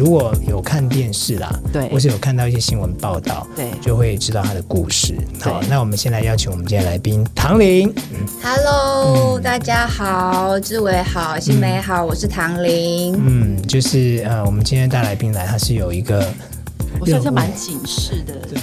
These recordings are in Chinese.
如果有看电视啦， 对， 或是有看到一些新闻报道， 对， 就会知道他的故事。好，那我们先来邀请我们今天来宾唐玲。 Hello，大家好，志伟好，新梅好，我是唐玲。 就是我们今天带来宾来，他是有一个， 我算是蛮警示的。 对。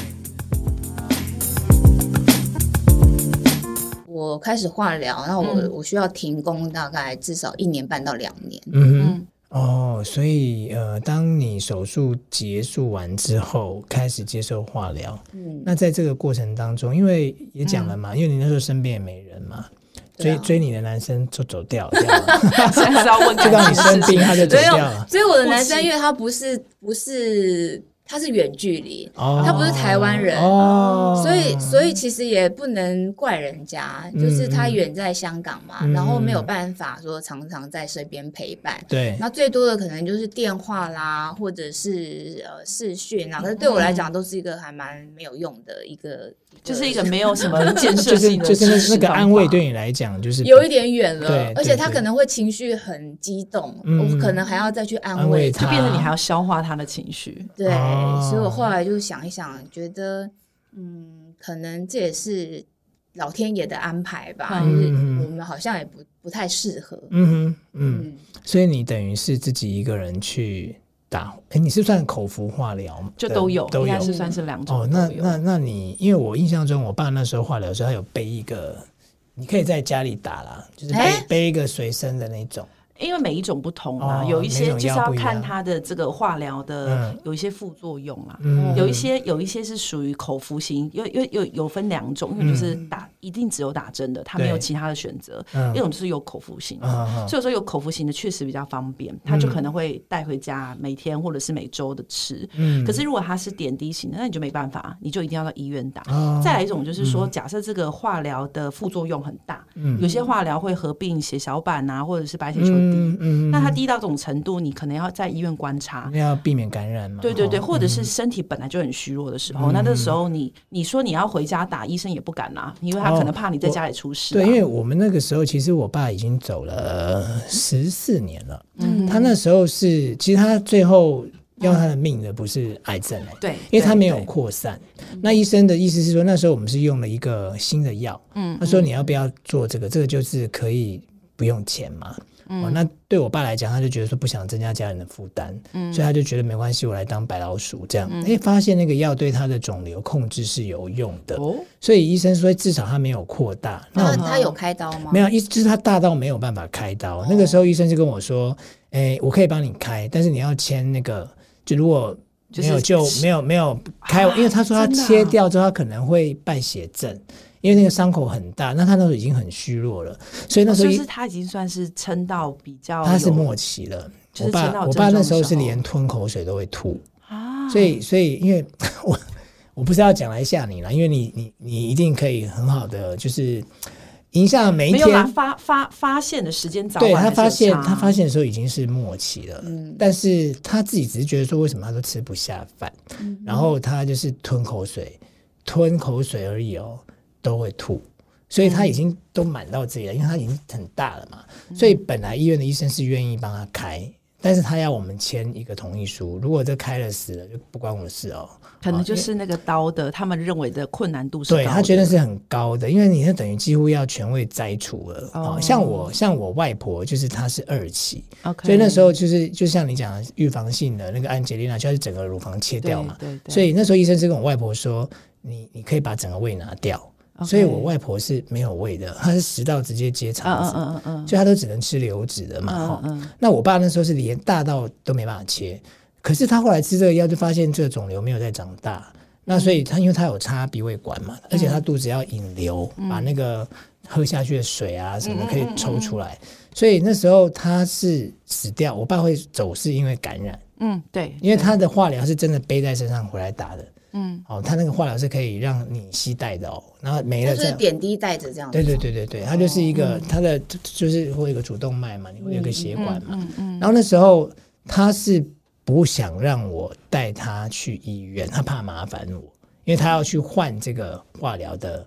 我开始化疗，然后我需要停工大概至少1年半到2年。 所以当你手术结束完之后，开始接受化疗，那在这个过程当中，因为也讲了嘛，因为你那时候身边也没人嘛，追你的男生就走掉了， 现在是要问， 就到你生病他就走掉了。 所以我的男生，因为他不是。他是远距离，他不是台湾人，所以其实也不能怪人家，就是他远在香港嘛，然后没有办法说常常在身边陪伴。 对， 那最多的可能就是电话啦，或者是视讯啊，可是对我来讲都是一个还蛮没有用的一个。 就是一个没有什么建设性的就是那个安慰对你来讲就是有一点远了， 对， 而且他可能会情绪很激动，我可能还要再去安慰他， 就变成你还要消化他的情绪。 对，所以我后来就想一想，觉得可能这也是老天爷的安排吧，就是我们好像也不太适合。 所以你等于是自己一个人去打，你是算口服化疗吗？ 就都有，应该是算是2种。 那你，因为我印象中，我爸那时候化疗的时候，他有背一个，你可以在家里打啦，就是背一个随身的那种。 因为每一种不同啊，有一些就是要看它的这个化疗的有一些副作用啊，有一些是属于口服型，有分2种，一种就是一定只有打针的，它没有其他的选择，一种就是有口服型的，所以说有口服型的确实比较方便，它就可能会带回家每天或者是每周的吃，可是如果它是点滴型的，那你就没办法，你就一定要到医院打。再来一种就是说，假设这个化疗的副作用很大，有些化疗会合并血小板啊，或者是白血球那它低到这种程度，你可能要在医院观察， 要避免感染嘛。 对对对，或者是身体本来就很虚弱的时候，那这时候你说你要回家打，医生也不敢啊，因为他可能怕你在家里出事。 对，因为我们那个时候，其实我爸已经走了14年了。他那时候是，其实他最后要他的命的不是癌症， 对， 因为他没有扩散。那医生的意思是说，那时候我们是用了一个新的药，他说你要不要做这个就是可以不用钱嘛。那对我爸来讲，他就觉得说不想增加家人的负担，所以他就觉得没关系，我来当白老鼠这样。发现那个药对他的肿瘤控制是有用的，所以医生说至少他没有扩大。 那他有开刀吗？ 没有，就是他大到没有办法开刀。那个时候医生就跟我说，我可以帮你开，但是你要签那个，就如果没有就没有开，因为他说他切掉之后他可能会败血症。因为那个伤口很大，那他那时候已经很虚弱了，所以那时候就是他已经算是撑到比较， 他是末期了。我爸那时候是连吞口水都会吐啊，所以因为我不是要讲来吓你啦，因为你一定可以很好的就是影响每一天。 没有发现的时间早晚， 对，他发现的时候已经是末期了，但是他自己只是觉得说为什么他都吃不下饭，然后他就是吞口水而已都会吐，所以他已经都满到这里了，因为他已经很大了嘛，所以本来医院的医生是愿意帮他开，但是他要我们签一个同意书，如果这开了死了就不关我的事可能就是那个刀的他们认为的困难度是高的， 对，他觉得是很高的，因为你那等于几乎要全胃摘除了。像我外婆就是她是2期，所以那时候就像你讲的预防性的那个安吉丽娜，就是整个乳房切掉嘛， 对， 所以那时候医生是跟我外婆说，你可以把整个胃拿掉。所以我外婆是没有胃的，她是食道直接接肠子，所以她都只能吃流质的嘛。那我爸那时候是连大到都没办法切，可是他后来吃这个药就发现这个肿瘤没有再长大，那所以因为他有插鼻胃管嘛，而且他肚子要引流，把那个喝下去的水啊什么的可以抽出来，所以那时候他是死掉。我爸会走是因为感染， 对， 因为他的化疗是真的背在身上回来打的。他那个化疗是可以让你携带的然后没了就是点滴带着这样子。 对，它就是一个它的就是会有一个主动脉嘛，你会有一个血管嘛。然后那时候他是不想让我带他去医院，他怕麻烦我，因为他要去换这个化疗的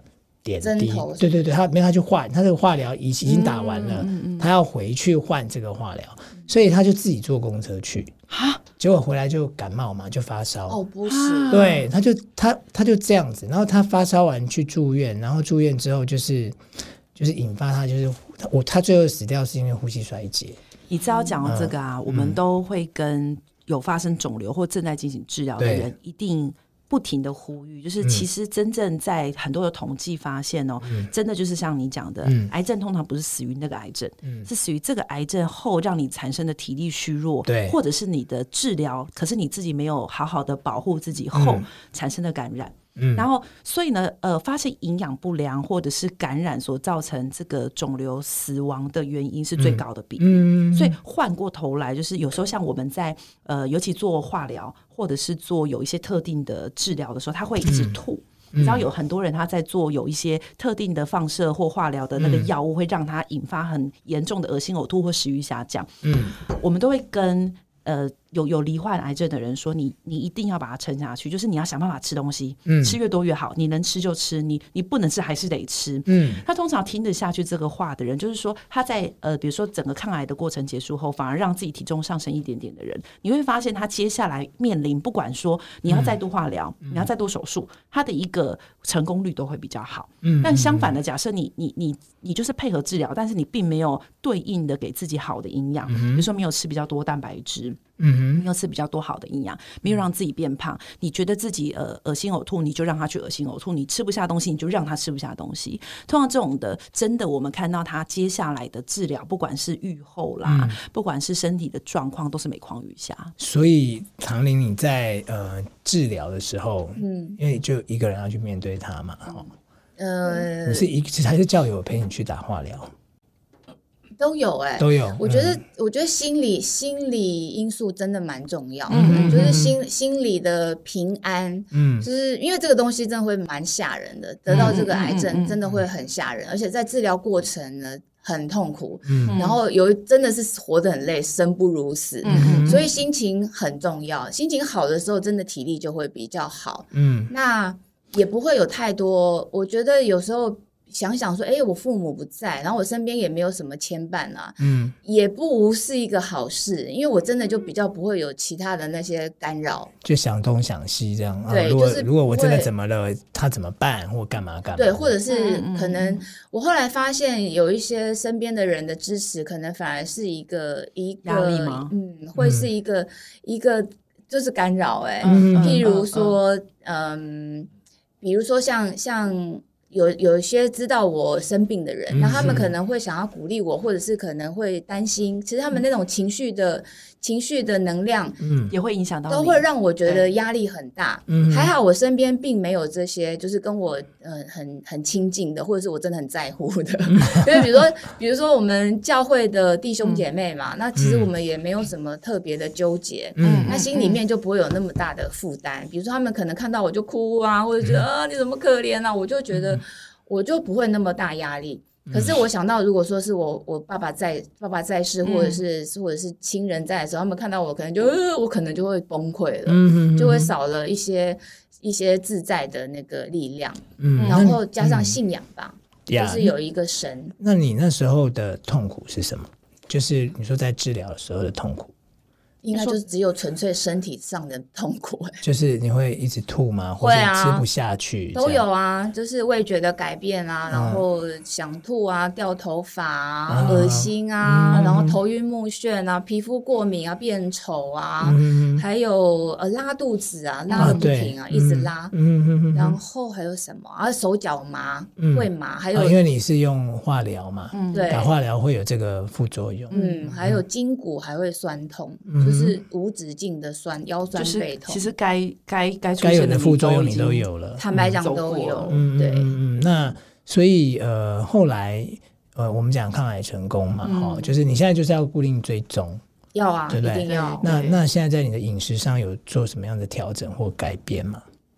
点滴，对对对，他去换，他这个化疗已经打完了，他要回去换这个化疗，所以他就自己坐公车去，结果回来就感冒嘛，就发烧。 哦，不是， 对，他就这样子，然后他发烧完去住院，然后住院之后就是引发他他最后死掉是因为呼吸衰竭。 你知道讲到这个啊，我们都会跟有发生肿瘤或正在进行治疗的人一定不停的呼吁，就是其实真正在很多的统计发现真的就是像你讲的，癌症通常不是死于那个癌症，是死于这个癌症后让你产生的体力虚弱，或者是你的治疗可是你自己没有好好的保护自己后产生的感染。然后所以呢发现营养不良或者是感染所造成这个肿瘤死亡的原因是最高的比例，所以换过头来就是有时候像我们在尤其做化疗或者是做有一些特定的治疗的时候，他会一直吐，你知道有很多人他在做有一些特定的放射或化疗的那个药物会让他引发很严重的恶心呕吐或食欲下降，我们都会跟有罹患癌症的人说，你一定要把它撑下去，就是你要想办法吃东西，吃越多越好，你能吃就吃，你不能吃还是得吃。他通常听得下去这个话的人，就是说他在比如说整个抗癌的过程结束后，反而让自己体重上升一点点的人，你会发现他接下来面临不管说你要再度化疗，你要再度手术，他的一个成功率都会比较好。但相反的，假设你就是配合治疗，但是你并没有对应的给自己好的营养，比如说没有吃比较多蛋白质，没有吃比较多好的营养，没有让自己变胖，你觉得自己恶心呕吐，你就让他去恶心呕吐，你吃不下东西，你就让他吃不下东西。通常这种的真的我们看到他接下来的治疗，不管是预后啦，不管是身体的状况，都是每况愈下。 所以唐玲你在治疗的时候，因为就一个人要去面对他嘛，你是还是叫友陪你去打化疗？ 都有都有。 我觉得心理因素真的蛮重要的，就是心理的平安，就是因为这个东西真的会蛮吓人的，得到这个癌症真的会很吓人，而且在治疗过程呢很痛苦，然后真的是活得很累，生不如死，所以心情很重要。心情好的时候，真的体力就会比较好，那也不会有太多。我觉得有时候想想说，我父母不在，然后我身边也没有什么牵绊啊，也不无是一个好事，因为我真的就比较不会有其他的那些干扰，就想东想西这样。 对， 如果我真的怎么了，他怎么办或干嘛干嘛？ 对，或者是可能我后来发现有一些身边的人的支持，可能反而是一个压力吗？ 会是一个就是干扰譬如说比如说像有些知道我生病的人，那他们可能会想要鼓励我，或者是可能会担心，其实他们那种情绪的能量也会影响到你， 都会让我觉得压力很大。还好我身边并没有这些就是跟我很亲近的，或者是我真的很在乎的因为比如说我们教会的弟兄姐妹嘛，那其实我们也没有什么特别的纠结，那心里面就不会有那么大的负担。比如说他们可能看到我就哭啊，或者觉得你怎么可怜啊，我就觉得我就不会那么大压力。可是我想到如果说是我爸爸在世，或者是亲人在的时候，他们看到我可能我可能就会崩溃了，就会少了一些自在的那个力量，然后加上信仰吧，就是有一个神。 那你那时候的痛苦是什么？就是你说在治疗的时候的痛苦， 应该就是只有纯粹身体上的痛苦， 就是你会一直吐吗？或者吃不下去？ 都有啊，就是味觉的改变啊，然后想吐啊，掉头发啊，恶心啊，然后头晕目眩啊，皮肤过敏啊，变丑啊，还有拉肚子啊，拉得不停啊，一直拉，然后还有什么啊？手脚麻，会麻，还有因为你是用化疗嘛， 对， 打化疗会有这个副作用， 还有筋骨还会酸痛，就是无止境的酸，腰酸背痛。 其实该出现的副作用你都有了， 坦白讲都有。对， 那所以后来我们讲抗癌成功嘛，就是你现在就是要固定追踪， 要啊， 对不对？ 一定要。 那现在在你的饮食上有做什么样的调整或改变吗？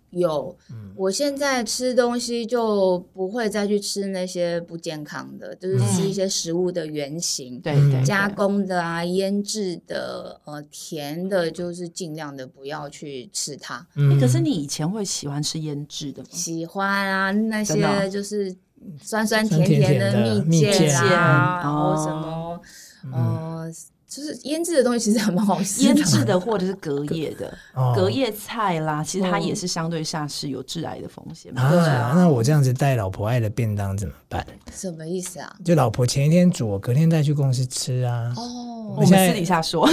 有，我现在吃东西就不会再去吃那些不健康的，就是吃一些食物的原型， 对， 加工的啊、腌制的、甜的，就是尽量的不要去吃它。 可是你以前会喜欢吃腌制的吗？ 喜欢啊，那些就是酸酸甜甜的蜜饯啊，然后什么就是腌制的东西其实还蛮好吃的， 腌制的或者是隔夜的隔夜菜啦，其实它也是相对下是有致癌的风险。 对啊，那我这样子带老婆爱的便当怎么办？ 什么意思啊？ 就老婆前一天煮，我隔天带去公司吃啊。 我们私底下说。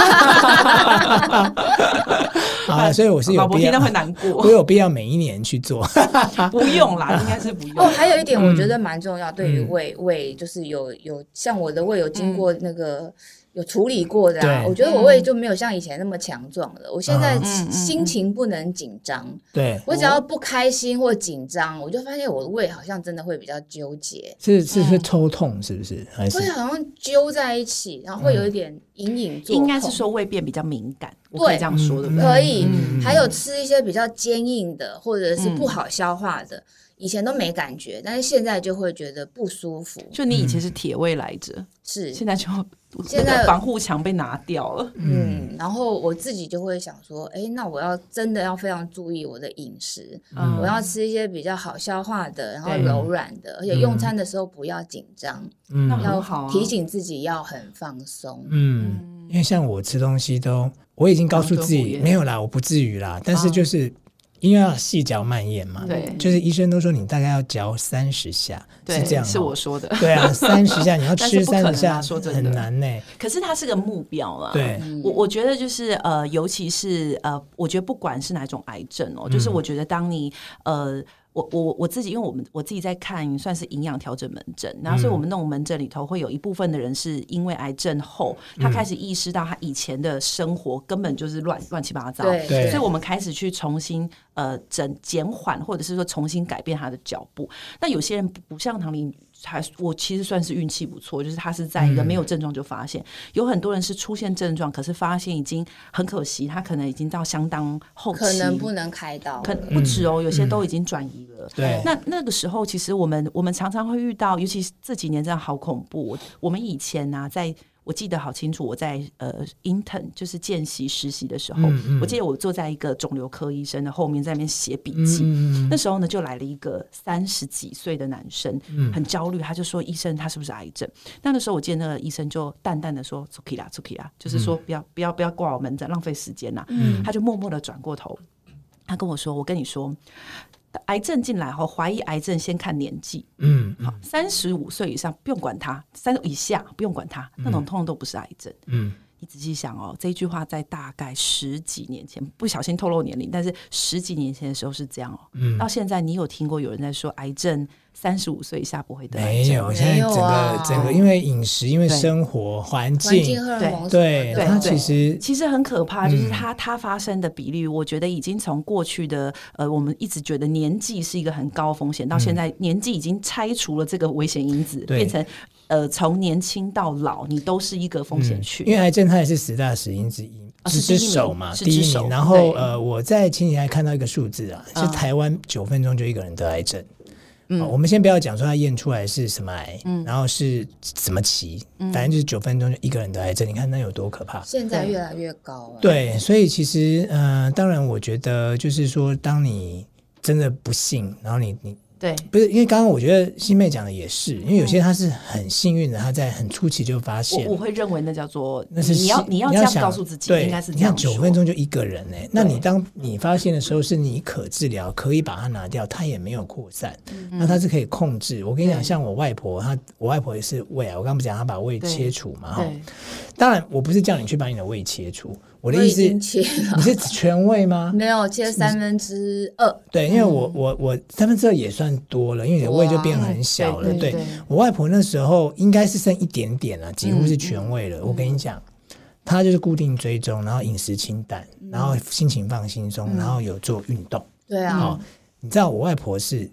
好，所以我是有必要， 老婆听到会难过。 我有必要每一年去做？ 不用啦，应该是不用。 还有一点我觉得蛮重要，对于胃就是有像我的胃有经过那个。有处理过的啊，我觉得我胃就没有像以前那么强壮了。我现在心情不能紧张， 对， 我只要不开心或紧张，我就发现我的胃好像真的会比较纠结， 是抽痛是不是？还是会好像揪在一起，然后会有一点隐隐作痛。 应该是说胃变比较敏感，我可以这样说对不对？ 可以，还有吃一些比较坚硬的或者是不好消化的。以前都没感觉，但是现在就会觉得不舒服。 就你以前是铁胃来着， 是现在防护墙被拿掉了。 然后我自己就会想说，那我要真的要非常注意我的饮食，我要吃一些比较好消化的，然后柔软的，而且用餐的时候不要紧张，要提醒自己要很放松。 因为像我吃东西我已经告诉自己没有啦，我不至于啦，但是就是因为要细嚼慢咽嘛， 对， 就是医生都说你大概要嚼30下，是这样， 是我说的， 对啊，30下你要吃30下，很难呢。 可是它是个目标啦， 对， 我觉得就是尤其是我觉得不管是哪种癌症就是我觉得当你我自己，因为我自己在看算是营养调整门诊，然后所以我们那种门诊里头会有一部分的人是因为癌症后，他开始意识到他以前的生活根本就是乱七八糟， 对， 所以我们开始去重新减缓或者是说重新改变他的脚步。那有些人不像唐玲，我其实算是运气不错，就是他是在一个没有症状就发现，有很多人是出现症状，可是发现已经很可惜，他可能已经到相当后期， 可能不能开刀， 可能不止有些都已经转移了。 对， 那个时候其实我们常常会遇到，尤其是这几年真的好恐怖。我们以前啊，我记得好清楚，我在intern 就是见习实习的时候，我记得我坐在一个肿瘤科医生的后面，在那边写笔记。那时候呢，就来了一个30几岁的男生，很焦虑，他就说：“医生，他是不是癌症？”那个时候我记得那个医生就淡淡的说 ：“Zuki 啦，就是说不要挂我门诊，浪费时间啦。”他就默默的转过头，他跟我说：“我跟你说。”癌症进来后，怀疑癌症先看年纪。好，35岁以上不用管他，35以下不用管他，那种通常都不是癌症。你仔细想这一句话在大概10几年前，不小心透露年龄，但是10几年前的时候是这样到现在，你有听过有人在说癌症35岁以下不会得癌症？ 没有，现在整个因为饮食，因为生活环境，对，它其实很可怕，就是它发生的比率，我觉得已经从过去的我们一直觉得年纪是一个很高风险，到现在年纪已经拆除了这个危险因子，变成从年轻到老，你都是一个风险区。 因为癌症它也是10大死因之一，之首嘛，第一名。然后我在前几天看到一个数字啊，是台湾9分钟就一个人得癌症。我们先不要讲说他验出来是什么癌，然后是什么期，反正就是9分钟就一个人得癌症，你看那有多可怕。 现在越来越高了。 对，所以其实当然我觉得就是说，当你真的不幸，然后你对， 不是因为刚刚我觉得欣妹讲的也是，因为有些他是很幸运的，他在很初期就发现。 我会认为那叫做那是你要这样告诉自己，应该是这样说。 你看9分钟就一个人那你当你发现的时候，是你可治疗，可以把它拿掉，它也没有扩散，那它是可以控制。我跟你讲，像我外婆，我外婆也是胃癌，我刚不讲她把胃切除嘛，当然我不是叫你去把你的胃切除。我的意思，你是全胃吗？ 没有，切2/3。 对，因为我2/3也算多了，因为你的胃就变很小了。对，我外婆那时候应该是剩一点点了，几乎是全胃了。我跟你讲，她就是固定追踪，然后饮食清淡，然后心情放轻松，然后有做运动。 对啊， 你知道我外婆是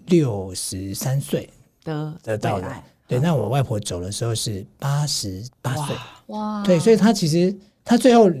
63岁得到的，对，那我外婆走的时候是88岁。哇，对，所以她其实她最后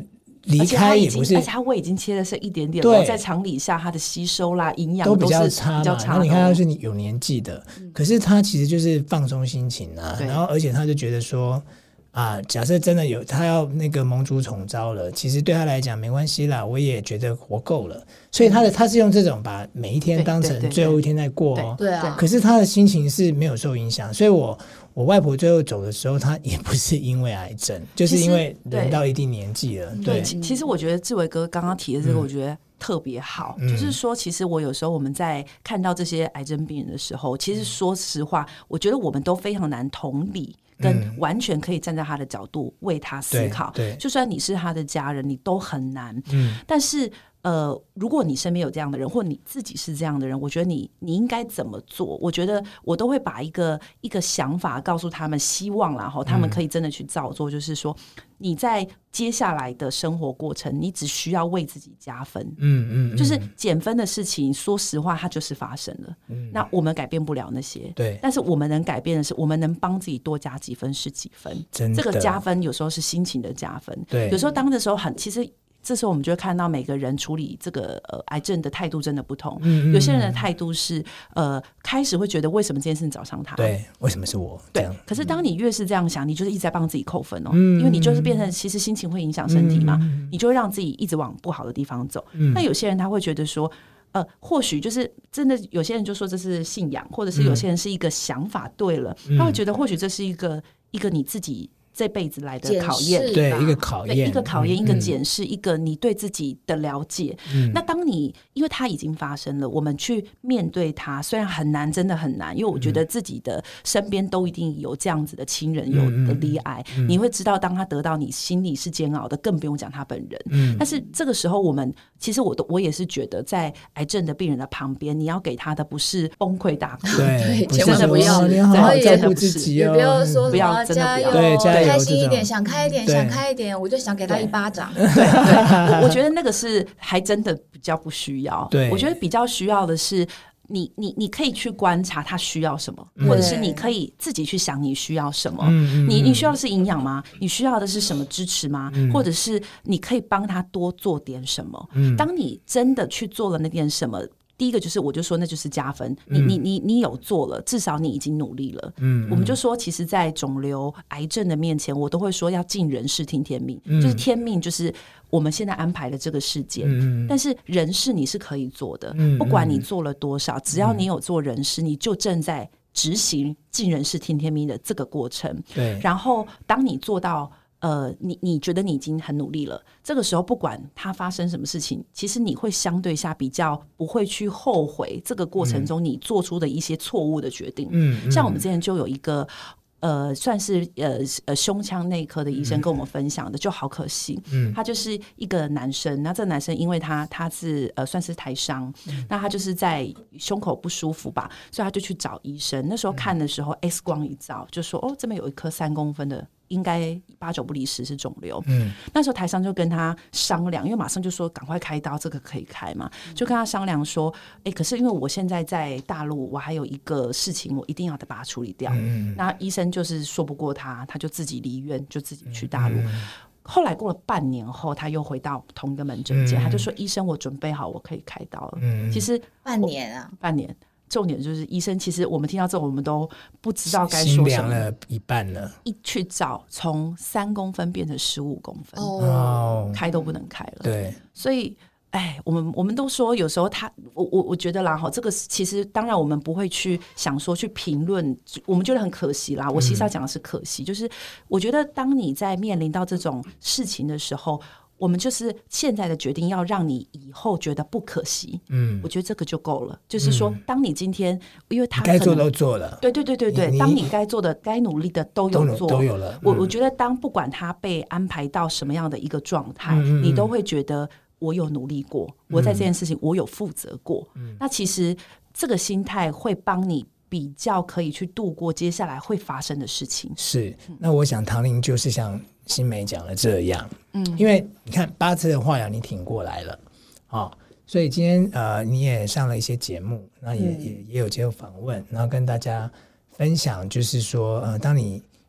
离开也不是， 而且他胃已经切的是一点点了，在常理下他的吸收啦、营养都比较差嘛。那你看他是你有年纪的，可是他其实就是放松心情啊，然后而且他就觉得说啊，假设真的有他要那个蒙主宠召了，其实对他来讲没关系啦，我也觉得活够了。所以他是用这种把每一天当成最后一天在过哦。 对啊。 可是他的心情是没有受影响，所以我外婆最后走的时候，她也不是因为癌症，就是因为人到一定年纪了。对， 其实我觉得志伟哥刚刚提的这个，我觉得特别好，就是说，其实我有时候我们在看到这些癌症病人的时候，其实说实话，我觉得我们都非常难同理。跟完全可以站在他的角度为他思考，就算你是他的家人，你都很难。但是如果你身边有这样的人，或你自己是这样的人，我觉得你应该怎么做？我觉得我都会把一个想法告诉他们，希望啦他们可以真的去照做。就是说，你在接下来的生活过程，你只需要为自己加分。就是减分的事情，说实话，它就是发生了。那我们改变不了那些， 对。 但是我们能改变的是，我们能帮自己多加几分是几分。这个加分有时候是心情的加分， 对。 有时候当的时候其实。这时候我们就会看到每个人处理这个癌症的态度真的不同。有些人的态度是开始会觉得为什么这件事情找上他？ 对，为什么是我？ 对。可是当你越是这样想，你就是一直在帮自己扣分哦。因为你就是变成其实心情会影响身体嘛，你就会让自己一直往不好的地方走。那有些人他会觉得说。或许就是真的，有些人就说这是信仰，或者是有些人是一个想法对了，他会觉得或许这是一个你自己这辈子来的考验， 对，一个考验， 一个考验，一个检视，一个你对自己的了解。那当你因为它已经发生了，我们去面对它，虽然很难，真的很难，因为我觉得自己的身边都一定有这样子的亲人有的罹癌，你会知道，当他得到，你心里是煎熬的，更不用讲他本人。但是这个时候，其实我也是觉得，在癌症的病人的旁边，你要给他的不是崩溃大哭， 对， 千万不要， 你好好照顾自己哦， 不要说不要，真的不要， 对，加油， 开心一点，想开一点，想开一点，我就想给他一巴掌。 对，我觉得那个是还真的比较不需要。 对， 我觉得比较需要的是。你可以去观察他需要什么，或者是你可以自己去想你需要什么。你需要的是营养吗？你需要的是什么支持吗？或者是你可以帮他多做点什么？当你真的去做了那点什么，第一个就是我就说那就是加分，你有做了，至少你已经努力了。我们就说其实在肿瘤癌症的面前，我都会说要尽人事听天命，就是天命就是我们现在安排的这个事件，但是人事你是可以做的，不管你做了多少，只要你有做人事，你就正在执行尽人事听天命的这个过程。 对， 然后当你做到你觉得你已经很努力了，这个时候不管它发生什么事情，其实你会相对下比较不会去后悔这个过程中你做出的一些错误的决定。像我们之前就有一个算是胸腔内科的医生跟我们分享的，就好可惜。他就是一个男生，那这个男生因为他是算是台商，那他就是在胸口不舒服吧，所以他就去找医生。那时候看的时候 X 光一照，就说这边有一颗3公分的，应该8、9不离10是肿瘤。那时候台商就跟他商量，因为马上就说赶快开刀，这个可以开嘛，就跟他商量说可是因为我现在在大陆，我还有一个事情我一定要把它处理掉。那医生就是说不过他就自己离院，就自己去大陆。后来过了半年后，他又回到同一个门诊间，他就说医生我准备好我可以开刀了。其实半年重点就是医生，其实我们听到这我们都不知道该说什么， 心凉了一半了。一去照，从3公分变成15公分，开都不能开了。 对， 所以我们都说有时候我觉得啦这个其实当然我们不会去想说去评论，我们觉得很可惜啦。我其实要讲的是可惜，就是我觉得当你在面临到这种事情的时候，我们就是现在的决定要让你以后觉得不可惜。我觉得这个就够了。就是说当你今天因为他该做都做了， 对，当你该做的该努力的都有做， 都有了。 我觉得当不管他被安排到什么样的一个状态，你都会觉得我有努力过，我在这件事情我有负责过。那其实这个心态会帮你比较可以去度过接下来会发生的事情。 是，那我想唐玲就是像新梅讲的这样，因为你看8次的化疗你挺过来了，所以今天你也上了一些节目，那也有接受访问，然后跟大家分享，就是说当你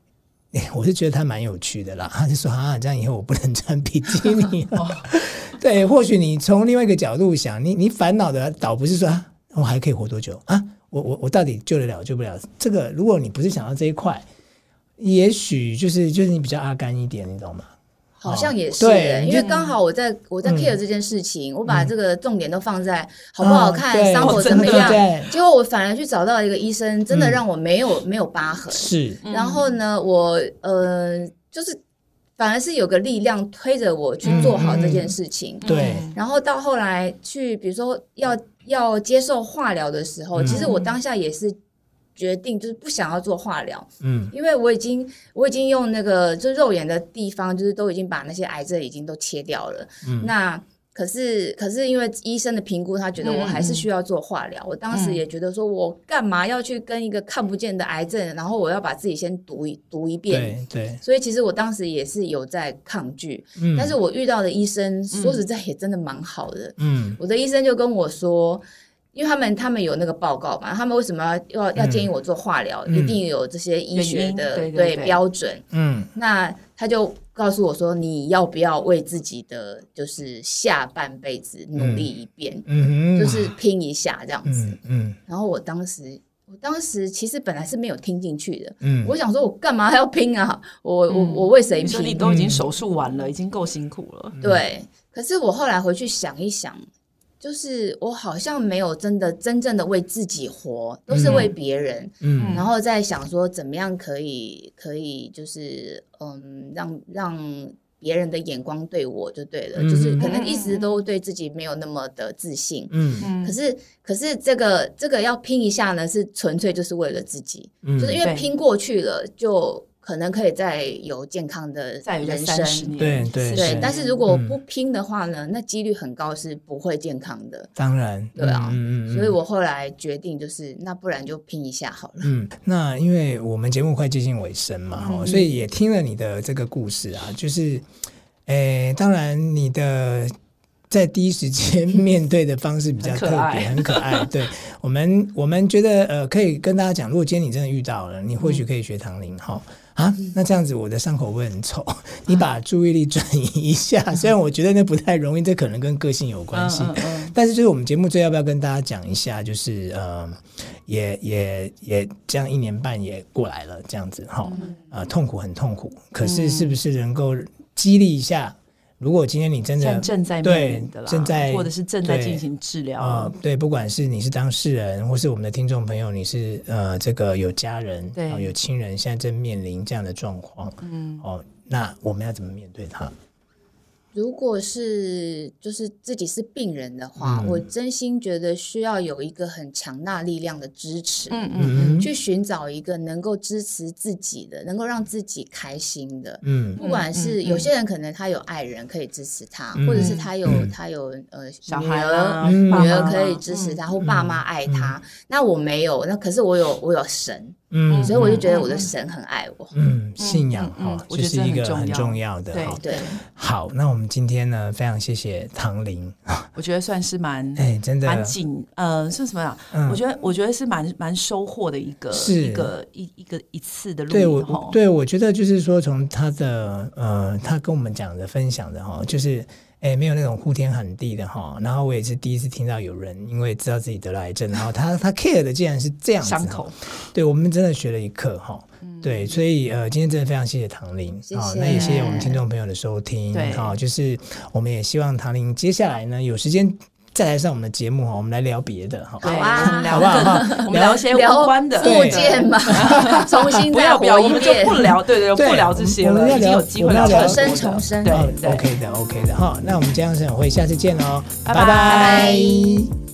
我是觉得他蛮有趣的啦，他就说这样以后我不能穿比基尼了。对，或许你从另外一个角度想，你烦恼的倒不是说我还可以活多久啊？我到底救得了救不了？这个如果你不是想到这一块，也许就是你比较阿甘一点，你懂吗？ 好像也是，因为刚好我在 care 这件事情，我把这个重点都放在好不好看，伤口怎么样，结果我反而去找到一个医生，真的让我没有疤痕， 是。 然后呢，我就是反而是有个力量推着我去做好这件事情， 对。 然后到后来去，比如说要接受化疗的时候，其实我当下也是决定就是不想要做化疗，因为我已经用那个就肉眼的地方，就是都已经把那些癌症已经都切掉了，那可是因为医生的评估，他觉得我还是需要做化疗，我当时也觉得说我干嘛要去跟一个看不见的癌症，然后我要把自己先读一遍， 对，所以其实我当时也是有在抗拒，但是我遇到的医生说实在也真的蛮好的，我的医生就跟我说，因为他们有那个报告嘛，他们为什么要建议我做化疗，一定有这些医学的对标准，那他就告诉我说，你要不要为自己的就是下半辈子努力一遍，就是拼一下这样子，然后我当时其实本来是没有听进去的，我想说我干嘛要拼啊，我为谁拼？ 你都已经手术完了，已经够辛苦了， 对。可是我后来回去想一想，就是我好像没有真正的为自己活，都是为别人，然后在想说怎么样可以就是让别人的眼光对我就对了，就是可能一直都对自己没有那么的自信，可是这个要拼一下呢，是纯粹就是为了自己，就是因为拼过去了就可能可以再有健康的人生，对，但是如果不拼的话呢，那几率很高是不会健康的。 当然， 对啊，所以我后来决定就是，那不然就拼一下好了。 那因为我们节目快接近尾声嘛，所以也听了你的这个故事啊，就是，当然你的在第一时间面对的方式比较特别，很可爱。对，我们觉得可以跟大家讲，如果今天你真的遇到了，你或许可以学唐玲哈。那这样子我的伤口会很丑，你把注意力转移一下，虽然我觉得那不太容易，这可能跟个性有关系，但是就是我们节目最要不要跟大家讲一下，就是也这样1年半也过来了，这样子痛苦很痛苦，可是是不是能够激励一下？如果今天你真的正在面临的啦，或者是正在进行治疗， 对，不管是你是当事人，或是我们的听众朋友，你是这个有家人、有亲人，现在正面临这样的状况，那我们要怎么面对它？ 如果是就是自己是病人的话，我真心觉得需要有一个很强大力量的支持，去寻找一个能够支持自己的，能够让自己开心的，不管是有些人可能他有爱人可以支持他，或者是他有小孩女儿可以支持他，或爸妈爱他，那我没有，那可是我有神。所以我就觉得我的神很爱我。 信仰就是一个很重要的。 对。 好，那我们今天呢，非常谢谢唐玲， 我觉得算是蛮真的蛮紧是什么呀？我觉得是蛮收获的一次的录音。 对，我觉得就是说从他的他跟我们讲的分享的就是没有那种呼天喊地的然后我也是第一次听到有人因为知道自己得了癌症，然后他 care 的竟然是这样子， 伤口。 对，我们真的学了一课对，所以今天真的非常谢谢唐玲，那也谢谢我们听众朋友的收听，就是我们也希望唐玲接下来呢有时间再来上我们的节目我们来聊别的，好啊， 好不好？ 我们聊一些无关的附件嘛，重新再活一遍， 我们就不聊，对，不聊这些了，已经有机会聊重生， 对 ，OK 的，那我们这样子会下次见喽，拜拜。